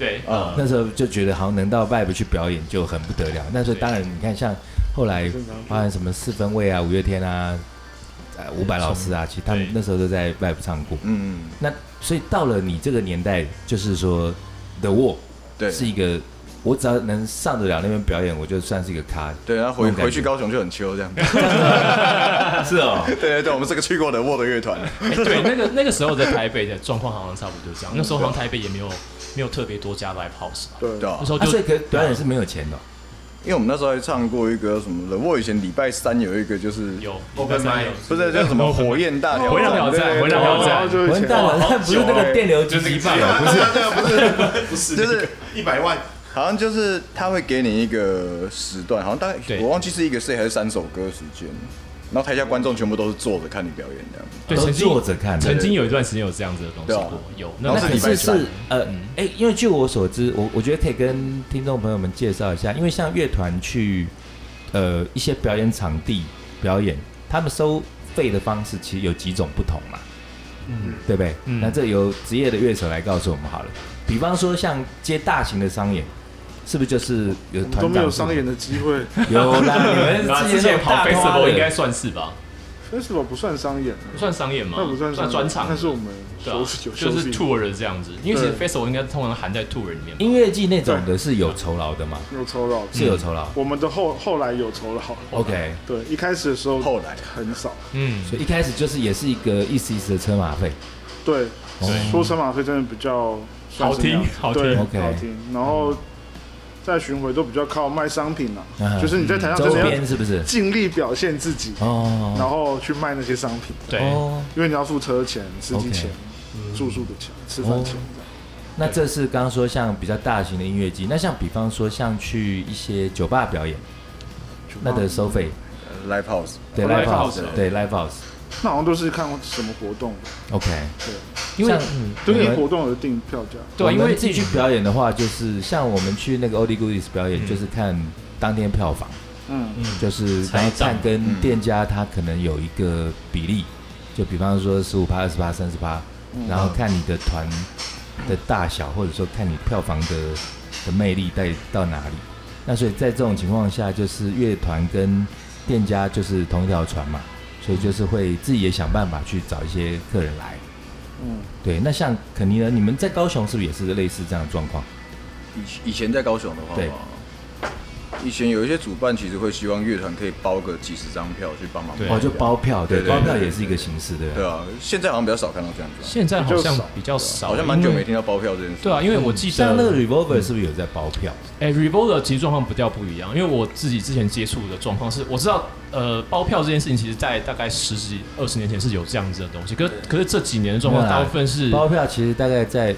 对， 那时候就觉得好像能到 Vibe 去表演就很不得了。那时候当然你看像后来包含什么四分卫啊、五月天啊、伍佰老师啊，其实他们那时候都在 Vibe 唱过。那所以到了你这个年代，就是说 The Wall 是一个。我只要能上得了那边表演，我就算是一个咖。 对，然后回去高雄就很秋这样。 是哦， 对，我们是个去过的沃的乐团。 对，那个时候在台北的状况好像差不多这样。那时候好像台北也没有特别多家 live house 吧。 对， 那时候就所以表演是没有钱的。 因为我们那时候还唱过一个什么的，我以前礼拜三有一个就是有 open mic， 不是叫什么火焰大挑战， 火焰大挑战，火焰大挑战不是那个电流击击棒， 不是，就是100万。好像就是他会给你一个时段，好像大概我忘记是一个 set 还是3首歌时间，然后台下观众全部都是坐着看你表演这样。 对， 都坐着看。 曾经有一段时间有这样子的东西过，有。 那可是因为据我所知，我觉得可以跟听众朋友们介绍一下，因为像乐团去一些表演场地表演，他们收费的方式其实有几种不同嘛，对不对？那这由职业的乐手来告诉我们好了。比方说像接大型的商演。是不是就是有团长都没有商演的机会？ 有啦，你们之前跑 festival 应该算是吧 ？festival 不算商演， 不算商演吗？ 那不算专场， 但是我们就是 tour 的这样子，因为其实 festival 应该通常含在 tour 里面。 音乐季那种的是有酬劳的吗？ 有酬劳， 是有酬劳。 我们的后来有酬劳。 OK， 对，一开始的时候后来很少， 所以一开始就是也是一个意思的车马费。 对，说车马费真的比较好听， 对，好听，然后。在巡回都比较靠卖商品啦，就是你在台上真的要是不是尽力表现自己，然后去卖那些商品， 对， 因为你要付车钱、司机钱、住宿的钱、吃饭钱。 那这是刚刚说像比较大型的音乐季，那像比方说像去一些酒吧表演，那的收费 ，live house， 对 live house， 对 live house， 那好像都是看什么活动 ，OK， 对。 因为对于活动而定票价， 对，因为自己去表演的话，就是像我们去那个 Oldie Goodies 表演，就是看当天票房，就是然后看跟店家他可能有一个比例，就比方说15%、20%、30%，然后看你的团的大小，或者说看你票房的魅力带到哪里。那所以在这种情况下，就是乐团跟店家就是同一条船嘛，所以就是会自己也想办法去找一些客人来。对，那像肯尼呢？你们在高雄是不是也是类似这样的状况？ 以前在高雄的话，对，以前有一些主办其实会希望乐团可以包个几十张票去帮忙， 就包票，对，包票也是一个形式，对吧？ 对啊，现在好像比较少看到这样子， 现在好像比较少， 好像蛮久没听到包票这件事。 对啊，因为我记得像那个 Revolver 是不是有在包票 ？Revolver 其实状况比较不一样，因为我自己之前接触的状况是，我知道包票这件事情，其实在大概10几20年前是有这样子的东西，可是这几年的状况，大部分是包票，其实大概在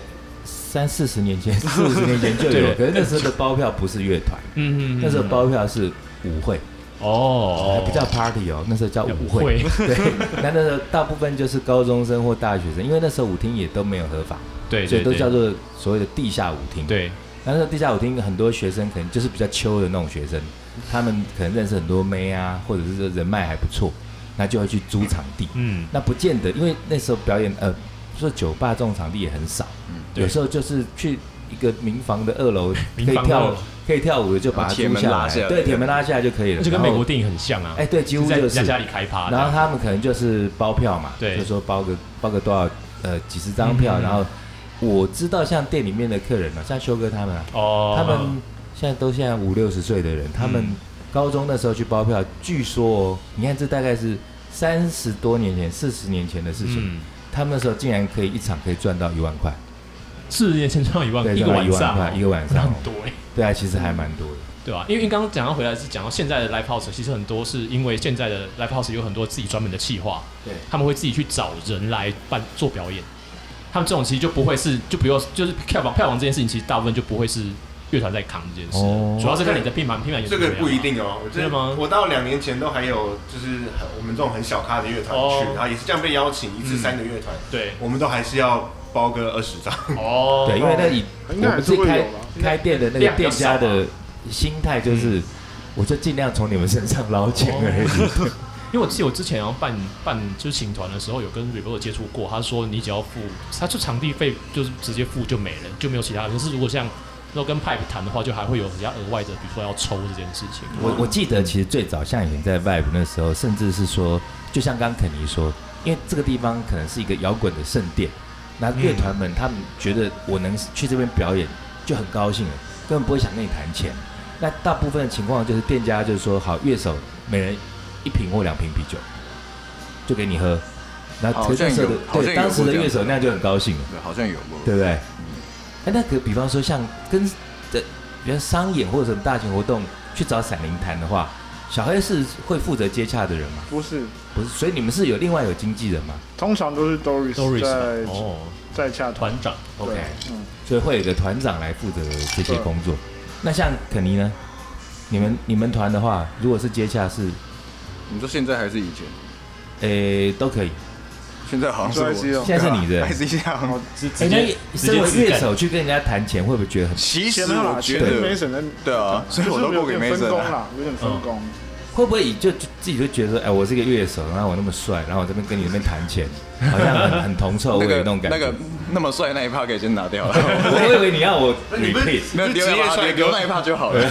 30-40年前、40-50年前就有，可是那时候的包票不是乐团，那时候包票是舞会，不叫 party 哦，那时候叫舞会，对，那时候大部分就是高中生或大学生，因为那时候舞厅也都没有合法， 对， 所以都叫做所谓的地下舞厅， 对， 那时候地下舞厅很多学生可能就是比较秋的那种学生，他们可能认识很多妹啊，或者是说人脉还不错，那就会去租场地，那不见得，因为那时候表演说酒吧这种场地也很少，有时候就是去一个民房的2楼可以跳舞的就把它租下来，对，铁门拉下来就可以了， 就跟美国电影很像啊， 对，几乎就是在家里开趴， 然后他们可能就是包票嘛，对，就说包个多少几十张票，然后我知道像店里面的客人啊，像修哥他们他们现在50-60岁的人，他们高中那时候去包票，据说你看这大概是30多年前、40年前的事情。他们那时候竟然可以一场可以赚到1万块 ，40年前赚到1万，一个晚上， 一个晚上， 很多对啊，其实还蛮多的， 对吧？因为刚刚讲到回来是讲到现在的 live house， 其实很多是因为现在的 live house 有很多自己专门的企划，对，他们会自己去找人来做表演，他们这种其实就不会是就是票房这件事情，其实大部分就不会是乐团在扛这件事，主要是看你的拼盘演出。 这个不一定哦， 真的吗？ 我到2年前都还有，就是我们这种很小咖的乐团去，然后也是这样被邀请1至3个乐团，对，我们都还是要包个20张。 对，因为我们自己开店的那个店家的心态就是，我就尽量从你们身上捞钱而已。 因为我记得我之前要办就是请团的时候，有跟 Revolver 接触过，他说你只要付，他就场地费就是直接付就没了，就没有其他的。可是如果像然后跟 Pipe 谈的话，就还会有比较额外的，比如说要抽这件事情。 我记得其实最早像以前在 Vibe 那时候，甚至是说，就像刚肯尼说，因为这个地方可能是一个摇滚的圣殿，那乐团们他们觉得我能去这边表演就很高兴了，根本不会想跟你谈钱。那大部分的情况就是店家就是说，好，乐手每人1瓶或2瓶啤酒，就给你喝。那对当时的乐手那样就很高兴了， 对，好像有过， 对不对？那个比方说像跟比如商演或者什么大型活动去找闪灵谈的话，小黑是会负责接洽的人吗？ 不是， 所以你们是有另外有经纪人吗？ 通常都是 Doris 在洽团长 ，OK，所以会有一个团长来负责这些工作。那像肯尼呢？你们团的话，如果是接洽是， 你说现在还是以前？ 都可以。 现在好像是我， 现在是你的。 还是一样。 身为乐手去跟人家谈钱，会不会觉得很？ 其实我觉得 Mason 对啊，所以我都不给 Mason 分工啦，有点分工。 会不会就自己就觉得说，哎，我是一个乐手，然后我那么帅，然后我这边跟你那边谈钱，好像很铜臭味那种感觉。 那么帅那一趴可以先拿掉了。 我以为你要我 repeat， 那留那一趴就好了。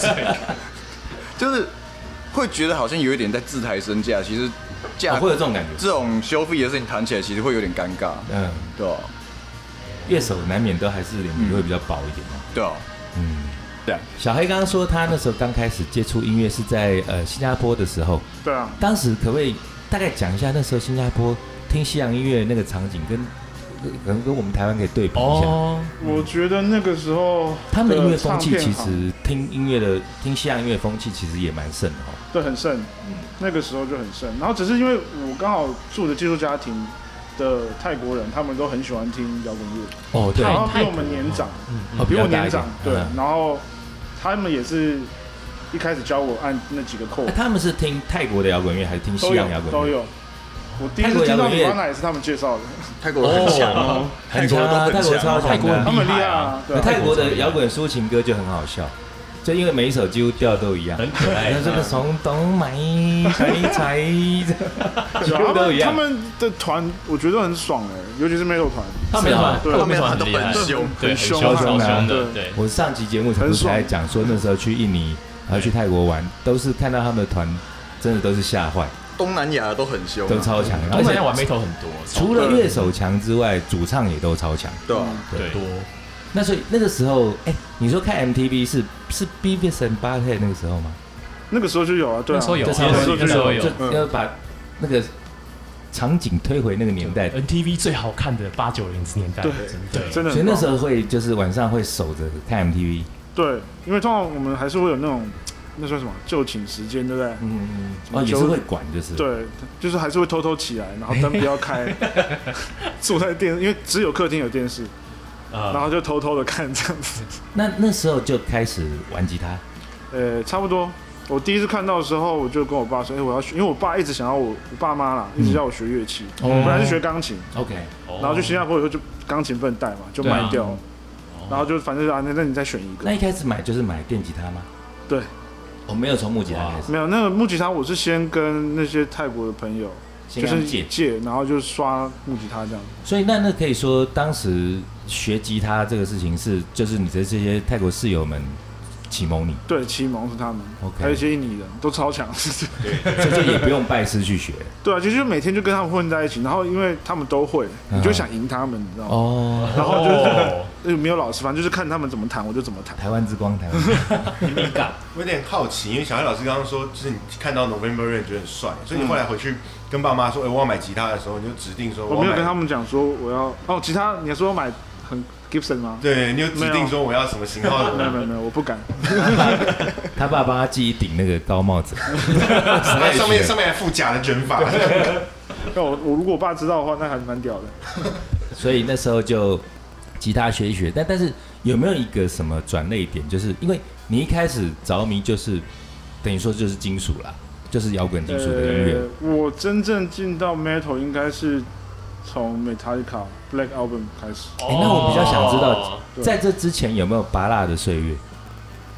就是会觉得好像有一点在自抬身价，其实。 会有这种感觉， 这种收费的事情谈起来其实会有点尴尬，对吧？ 乐手难免都还是脸皮会比较薄一点嘛， 对啊， 对。小黑刚刚说他那时候刚开始接触音乐是在新加坡的时候， 对啊， 当时可不可以大概讲一下那时候新加坡听西洋音乐那个场景可能跟我们台湾可以对比一下？ 我觉得那个时候他们的音乐风气其实听西洋音乐风气其实也蛮盛的哦， 对，很盛，那个时候就很盛。然后只是因为我刚好住的寄宿家庭的泰国人，他们都很喜欢听摇滚乐， 对， 然后比我们年长，比我年长，对，然后他们也是一开始教我按那几个扣。 他们是听泰国的摇滚乐还是听西洋摇滚乐？ 都有。我第一次听到李邦娜也是他们介绍的。 泰国很强哦， 很强啊，泰国超强的， 他们厉害啊。 泰国的摇滚抒情歌就很好笑，就因为每一首几乎调都一样， 很可爱。 这个松东买彩，几乎都一样。 他们的团我觉得很爽哎，尤其是 metal 团， 他们团都很凶， 很凶的。对， 我上期节目才讲说那时候去印尼，还有去泰国玩，都是看到他们的团，真的都是吓坏。 东南亚都很凶， 都超强， 东南亚玩 metal 很多， 除了乐手强之外，主唱也都超强， 对多。 那所以那个时候，你说看 MTV 是 Beavis and Butthead 那个时候吗？ 那个时候就有啊，对啊， 那时候有， 就要把那个场景推回那个年代。 MTV 最好看的80、90年代， 对，真的。 所以那时候会就是晚上会守着看 MTV。 对，因为通常我们还是会有那种。那算什么就寝时间，对不对？ 也是会管，就是对，就是还是会偷偷起来，然后灯不要开，坐在因为只有客厅有电视，然后就偷偷的看这样子。 那时候就开始玩吉他？ 差不多。我第一次看到的时候，我就跟我爸说：“我要学，因为我爸一直想要我爸妈啦，一直要我学乐器。我本来是学钢琴 ，OK， 然后去新加坡以后就钢琴不能带嘛，就卖掉，然后就反正那你再选一个。 那一开始买就是买电吉他吗？ 对。 我没有从木吉他开始， 没有那个木吉他，我是先跟那些泰国的朋友就是借，然后就刷木吉他这样。 所以那可以说，当时学吉他这个事情就是你的这些泰国室友们启蒙你？ 对，启蒙是他们。 OK， 还有一些印尼人都超强， 对，所以就也不用拜师去学。 对啊，就是每天就跟他们混在一起，然后因为他们都会，你就想赢他们，你知道吗？然后就是没有老师，反正就是看他们怎么弹，我就怎么弹。 台湾之光，台湾敏感。我有点好奇，因为小黑老师刚刚说，就是你看到 November Rain 觉得很帅，所以你后来回去跟爸妈说，我要买吉他的时候，你就指定说， 我没有跟他们讲说我要吉他，你说买很 Gibson 吗？ 对，你有指定说我要什么型号的？ 没有，我不敢。 他爸帮他系一顶那个高帽子， 上面还附假的卷发。 我如果我爸知道的话，那还蛮屌的。 所以那时候就吉他学一学，但是有没有一个什么转捩点？就是因为你一开始着迷，就是等于说就是金属啦，就是摇滚金属的音乐。 我真正进到 metal 应该是从 Metallica Black Album 开始。 那我比较想知道，在这之前有没有芭乐的岁月？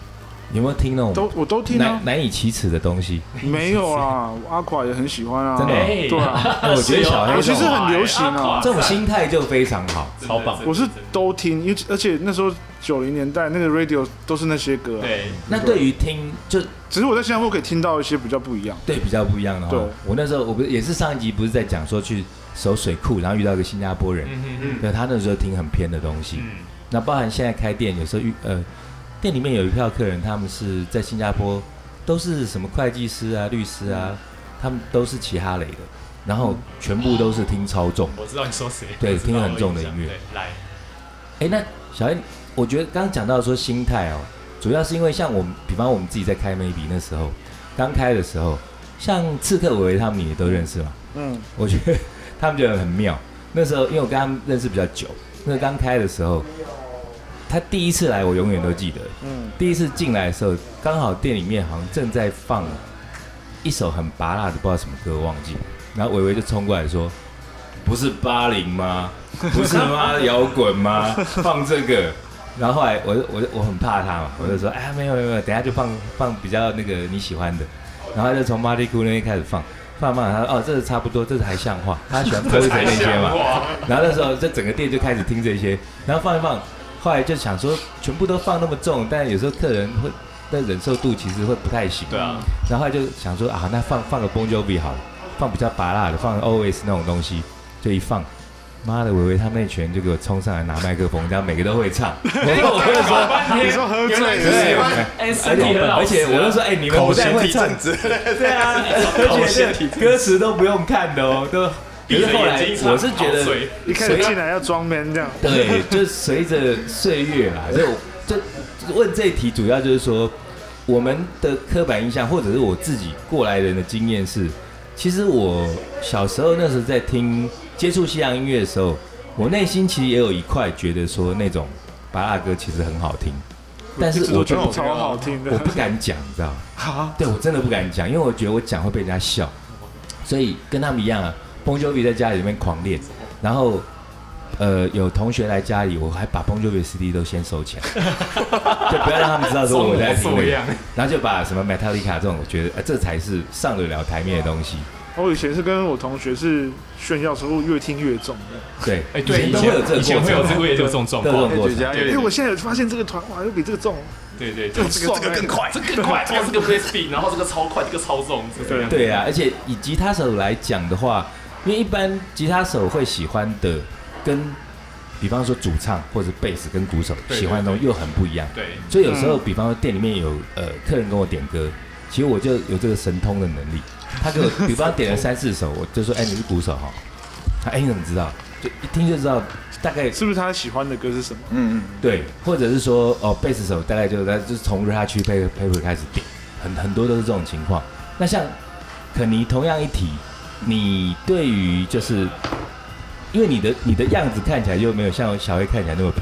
有没有听那种我都听啊， 难以启齿的东西？ 没有啊，阿垮也很喜欢啊， 真的， 对啊， 我觉得小黑其实很流行啊， 这种心态就非常好， 超棒。 我是都听，因为而且那时候90年代那个 radio 都是那些歌， 对。 那对于听就， 只是我在新加坡可以听到一些比较不一样， 对，比较不一样的。对，我那时候我不也是上一集不是在讲说去守水库，然后遇到一个新加坡人，对，他那时候听很偏的东西，那包含现在开店，有时候店里面有一票客人，他们是在新加坡，都是什么会计师啊、律师啊，他们都是骑哈雷的，然后全部都是听超重。 我知道你说谁。 对，听很重的音乐。 来， 那小A，我觉得刚刚讲到说心态哦，主要是因为像我们，比方我们自己在开 Maybe 那时候，刚开的时候，像刺客伟伟他们你也都认识嘛。我觉得他们觉得很妙。那时候因为我跟他们认识比较久，那刚开的时候。他第一次来，我永远都记得。第一次进来的时候，刚好店里面好像正在放一首很拔辣的，不知道什么歌，忘记。然后伟伟就冲过来说：“不是80吗？不是吗？摇滚吗？放这个。”然后后来我很怕他嘛，我就说：“哎，没有，等一下就放比较那个你喜欢的。”然后他就从马里库那边开始放，他说：“哦，这个差不多，这还像话。”他喜欢歌词那些嘛。然后那时候这整个店就开始听这些，然后放一放。后来就想说，全部都放那么重，但有时候客人会的忍受度其实会不太行。 对啊。 然后后来就想说啊，那放个 Bon Jovi 好了，放比较拔辣的，放 OS 那种东西，就一放，妈的，伟伟他们那群就给我冲上来拿麦克风，这样每个都会唱。我就说， 你说喝醉了，而且我就说，你们不太会唱，对啊，而且歌词都不用看的哦，都。可是后来我是觉得一开始进来要装 man 这样， 对，就随着岁月啦，就问这一题，主要就是说我们的刻板印象，或者是我自己过来人的经验是，其实我小时候那时候在接触西洋音乐的时候，我内心其实也有一块觉得说那种芭乐歌其实很好听，但是我觉得超好听的， 我不敢讲，你知道吗？对，我真的不敢讲，因为我觉得我讲会被人家笑，所以跟他们一样啊。Bon Jovi 在家里面狂练，然后有同学来家里，我还把 Bon Jovi 的 CD 都先收起来，就不要让他们知道说我在听。然后就把什么 Metallica 这种，我觉得这才是上得了台面的东西。 我以前是跟我同学是炫耀说越听越重的。 对， 对，以前会有这种状况。 因为我现在发现这个团哇，又比这个重。 对， 这个更快， 这更快，这个 bass beat， 然后这个超快，这个超重。 对啊，而且以吉他手来讲的话。因为一般吉他手会喜欢的，跟比方说主唱或者贝斯跟鼓手喜欢的东西又很不一样。 对， 所以有时候比方说店里面有客人跟我点歌，其实我就有这个神通的能力。他给我比方点了3-4首，我就说：“你是鼓手哈？”他你怎么知道？就一听就知道大概是不是他喜欢的歌是什么？ 对，或者是说贝斯手大概就是从 Red Hot Chili Peppers 开始点，很多都是这种情况。那像肯尼同样一题。你对于就是因为你的样子看起来就没有像小黑看起来那么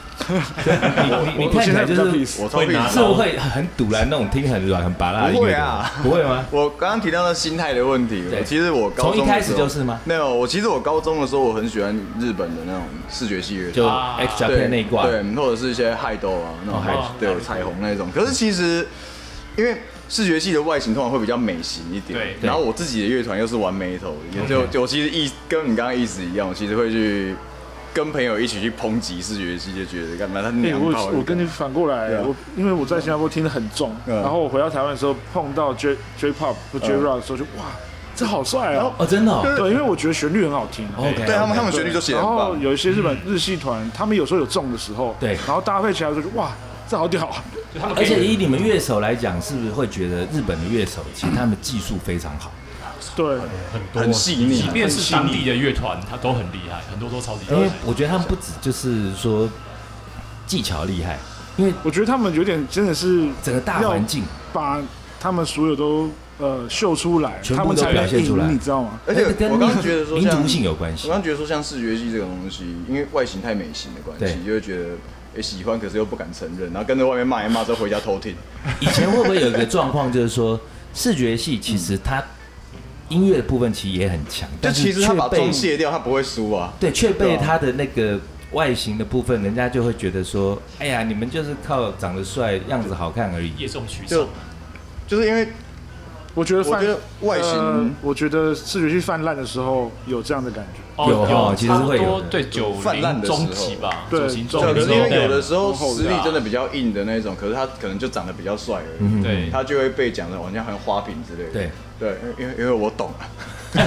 peace， 你看起来就是我超 peace， 是不会很堵然那种听很软很拔辣的音乐？ 不会啊， 不会吗？ 我刚刚提到的心态的问题，其实我高中从一开始就是吗？ 没有，其实我高中的时候我很喜欢日本的那种视觉系乐， 就 X Japan 那一挂， 对，或者是一些嗨豆啊那种对彩虹那种。可是其实因为视觉系的外形通常会比较美型一点，对。然后我自己的乐团又是玩 metal， 就我其实跟你刚刚意思一样，我其实会去跟朋友一起去抨击视觉系，就觉得干嘛他娘炮。 我跟你反过来，因为我在新加坡听得很重，然后我回到台湾的时候碰到 J-pop 或 J-rock 的时候就哇。这好帅哦！ 真的哦。 对，因为我觉得旋律很好听。 对他们旋律都写得很棒。 然后有一些日系团，他们有时候有重的时候， 对， 然后搭配起来就哇，这好屌。 而且以你们乐手来讲，是不是会觉得日本的乐手其实他们技术非常好？ 对， 很细腻。 即便是当地的乐团，他都很厉害，很多都超级厉害。 因为我觉得他们不止就是说技巧厉害，因为我觉得他们有点真的是整个大环境把他们所有都秀出来， 全部都表现出来， 你知道吗？ 而且我刚刚觉得说民族性有关系。 我刚刚觉得说像视觉系这种东西，因为外形太美型的关系，就会觉得喜欢，可是又不敢承认，然后跟着外面骂一骂之后回家偷听。 以前会不会有一个状况，就是说视觉系其实它音乐的部分其实也很强， 就其实他把妆卸掉，他不会输啊。 对，却被他的那个外形的部分，人家就会觉得说，哎呀，你们就是靠长得帅、样子好看而已。 业重取胜， 就是因为我觉得外形， 我觉得视觉系泛滥的时候有这样的感觉。 有，其实会有对90中期吧， 对， 因为有的时时候实力真的比较硬的那种，可是他可能就长得比较帅而已， 对， 他就会被讲的好像很花瓶之类的。对，因为我懂啊。 铺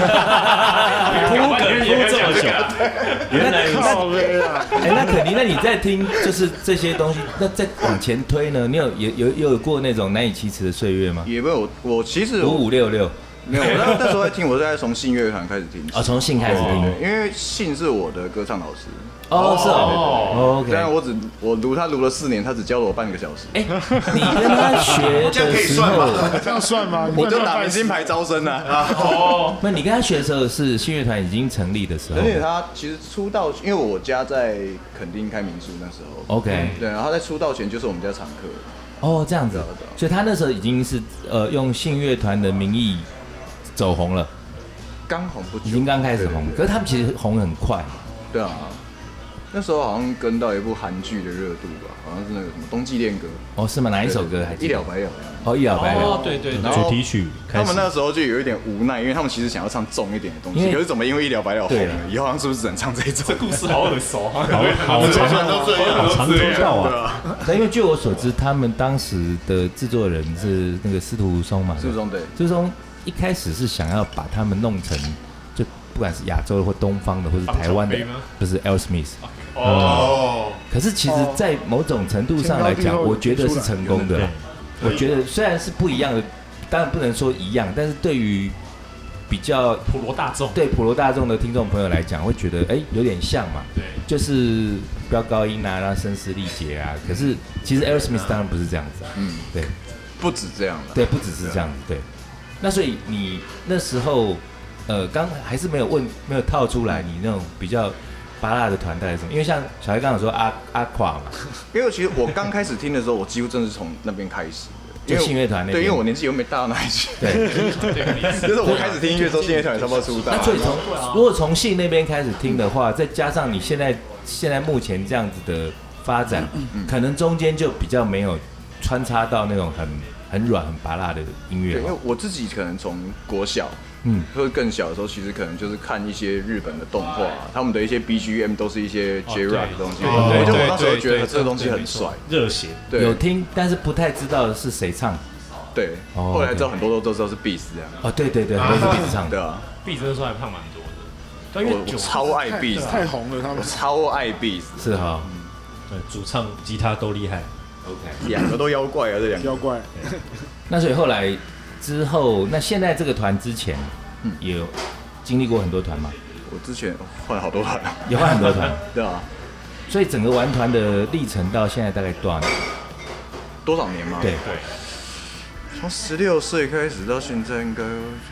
这么久，原来靠背啊！ 那肯定，那你在听就是这些东西，那再往前推呢？你有过那种难以启齿的岁月吗？ 也没有，我其实 5566 没有，我那时候在听，我是在从信乐团开始听。 从信开始听， 因为信是我的歌唱老师。 是哦 ，OK。但我读他读了4年，他只教了我半个小时。 你跟他学的时候， 这样算吗？ 我就打明星牌招生啊。 那你跟他学的时候是信乐团已经成立的时候， 而且他其实出道，因为我家在垦丁开民宿那时候 ，OK。 对，然后在出道前就是我们家常客。 这样子，所以他那时候已经是用信乐团的名义走红了， 刚红不久， 已经刚开始红，可是他们其实红很快。 对啊。那时候好像跟到一部韩剧的热度吧，好像是那个什么《冬季恋歌》。 是吗？哪一首歌还记得？ 一了百了。 一了百了。 对， 主题曲。 他们那时候就有一点无奈，因为他们其实想要唱重一点的东西，可是怎么因为一了百了红了？以后好像是不是只能唱这种？ 这故事好耳熟，好常听到啊。 但因为据我所知，他们当时的制作人是那个司徒松嘛。 司徒松对。 司徒松一开始是想要把他们弄成，就不管是亚洲的或东方的，或是台湾的，就是 Aerosmith。可是其实，在某种程度上来讲，我觉得是成功的。我觉得虽然是不一样的，当然不能说一样，但是对于比较普罗大众的听众朋友来讲，会觉得有点像嘛。 对， 就是飙高音啊，然后声嘶力竭啊。可是其实 Aerosmith 当然不是这样子。对， 不止这样。 对，不只是这样子。对，那所以你那时候刚还是没有套出来，你那种比较芭乐的团带是什么？因为像小孩刚刚说阿垮嘛， 因为其实我刚开始听的时候，我几乎真的是从那边开始的， 就信乐团那边。 对，因为我年纪又没大到哪里去。 对， 就是我开始听音乐的时候，信乐团也差不多出道。 那所以如果从信那边开始听的话，再加上你现在目前这样子的发展，可能中间就比较没有穿插到那种很软很芭乐的音乐。 对，因为我自己可能从国小。或者更小的时候，其实可能就是看一些日本的动画，他们的一些 BGM 都是一些 J-Rock 的东西。我那时候觉得这个东西很帅， 热血。 对， 有听，但是不太知道是谁唱。 对，后来知道很多都知道是 Beats 这样。 对，很多是 Beats 唱的。 对啊 ，Beats 那时候还胖蛮多的。我超爱 Beats， 太红了，他们超爱 Beats。 是哈， 对，主唱、吉他都厉害。 OK， 两个都妖怪啊，这两个妖怪。 那所以后来之后，那现在这个团之前，也有经历过很多团嘛？ 我之前换了好多团， 也换很多团， 对啊。 所以整个玩团的历程到现在大概多少年？ 多少年吗？ 对， 从16岁开始到现在，应该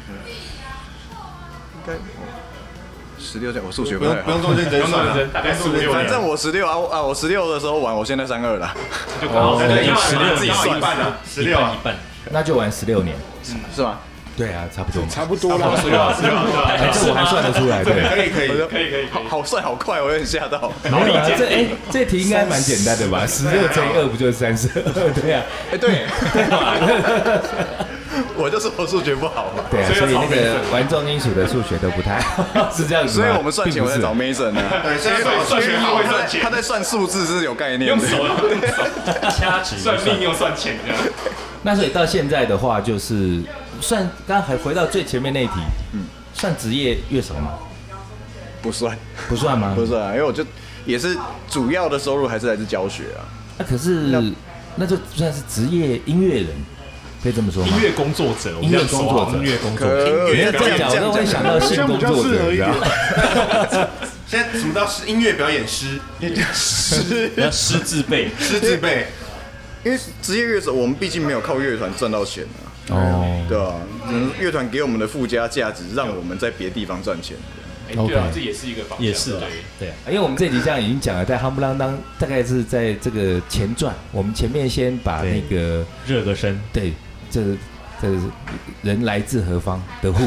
16岁，我数学不太好， 不用这么认真算了， 大概16年。 反正我16啊，我16的时候玩，我现在32了， 就刚好 16自己算一半啊，16一半， 那就玩16年， 是吗？ 对啊，差不多， 差不多了， 是吧？ 这我还算得出来，对， 可以， 好帅好快，我有点吓到。 没有啊，这题应该蛮简单的吧？16乘以2不就是32？对啊， 对嘛，我就说我数学不好嘛。 对啊，所以那个玩重金属的数学都不太好，是这样子吗？ 所以我们算钱我在找 Mason 呢。 对，现在数学好会算钱， 他在算数字是有概念的， 用手掐指算命又算钱这样。 那所以到现在的话，就是算刚还回到最前面那一题，算职业乐手吗？ 不算， 不算吗？ 不算啊，因为我就也是主要的收入还是来自教学啊。 可是那就算是职业音乐人，可以这么说吗？ 音乐工作者， 音乐工作者， 音乐工作者。 你要这样讲，我都会想到性工作者，你知道吗？ 现在什么叫音乐表演师？ 师字辈， 师字辈。 因为职业乐手，我们毕竟没有靠乐团赚到钱啊。对啊，乐团给我们的附加价值，让我们在别地方赚钱。 对啊，这也是一个方向。 也是对啊。 因为我们这集这样已经讲了，在夯不啷当大概是在这个前传，我们前面先把那个热个身。 对，这人来自何方的户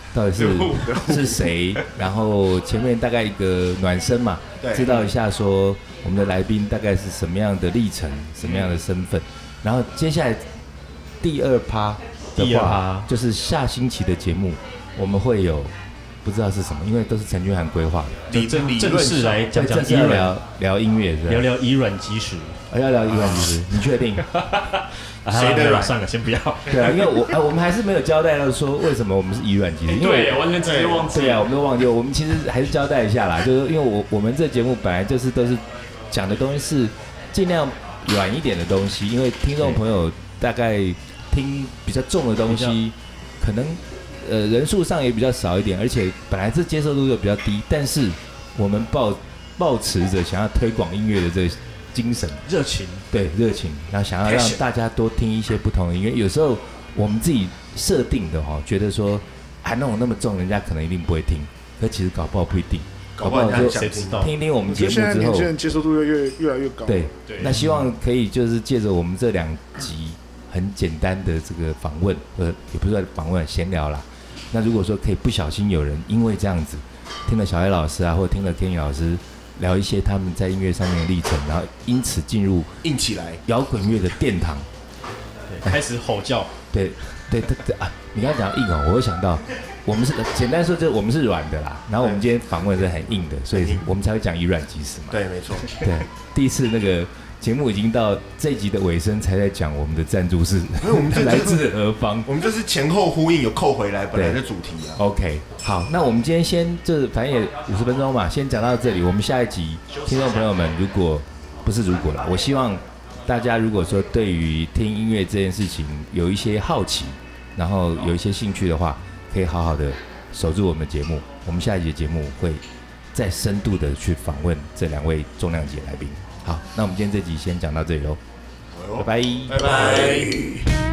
到底是谁，然后前面大概一个暖身嘛，知道一下说我们的来宾大概是什么样的历程，什么样的身份，然后接下来第二趴的话，就是下星期的节目我们会有不知道是什么，因为都是陈君涵规划的， 正式来讲讲正式聊音乐， 聊聊以软击石， 要聊以软击石，你确定？ 谁的软？算了，先不要。 对啊，因为我们还是没有交代到说为什么我们是以软击石，因为对，完全直接忘记。 对啊，我们都忘记，我们其实还是交代一下啦，就是因为我们这节目本来就是都是讲的东西是尽量软一点的东西，因为听众朋友大概听比较重的东西，可能人数上也比较少一点，而且本来这接受度就比较低，但是我们抱持着想要推广音乐的这个精神热情， 对热情，然后想要让大家多听一些不同的音乐。有时候我们自己设定的觉得说那种那么重，人家可能一定不会听，可其实搞不好不一定，搞不好就听听我们节目之后， 年轻人接受度越来越高。 对，那希望可以就是借着我们这2集很简单的这个访问，也不是说访问，闲聊啦。那如果说可以不小心有人因为这样子听了小黑老师啊，或者听了Kenny老师聊一些他们在音乐上面的历程，然后因此进入硬起来摇滚乐的殿堂， 开始吼叫。 对啊！你刚刚讲硬我会想到我们是简单说就是我们是软的啦，然后我们今天访问是很硬的，所以我们才会讲以软击石嘛。 对，没错。 对，第一次那个节目已经到这一集的尾声，才在讲我们的赞助是来自何方。 我们这是前后呼应，有扣回来本来的主题啊。 OK， 好，那我们今天先就是反正也50分钟嘛，先讲到这里。我们下一集听众朋友们，如果啦，我希望大家如果说对于听音乐这件事情有一些好奇，然后有一些兴趣的话，可以好好的守住我们的节目。我们下一集的节目会再深度的去访问这2位重量级的来宾。好，那我们今天这集先讲到这里喽，拜拜， 拜拜。